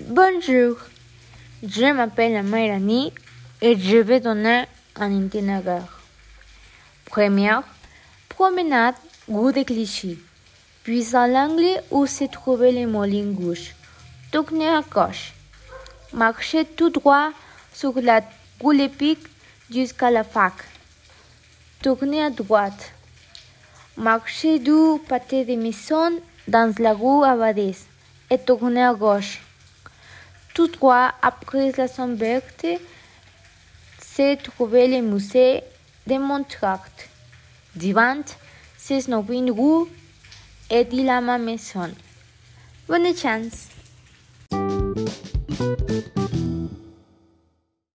Bonjour, je m'appelle Mélanie et je vais donner un itinéraire. Première, promenade rue de Clichy, puis à l'angle où se trouvait le moulin gauche. Tournez à gauche. Marchez tout droit sur la rue Lepic jusqu'à la fac. Tournez à droite. Marchez du pâté de maison dans la rue Abadès et tournez à gauche. Tout droit après la zone verte se trouvait le musée de Montmartre. Devant, c'est une rue et de la maison. Bonne chance!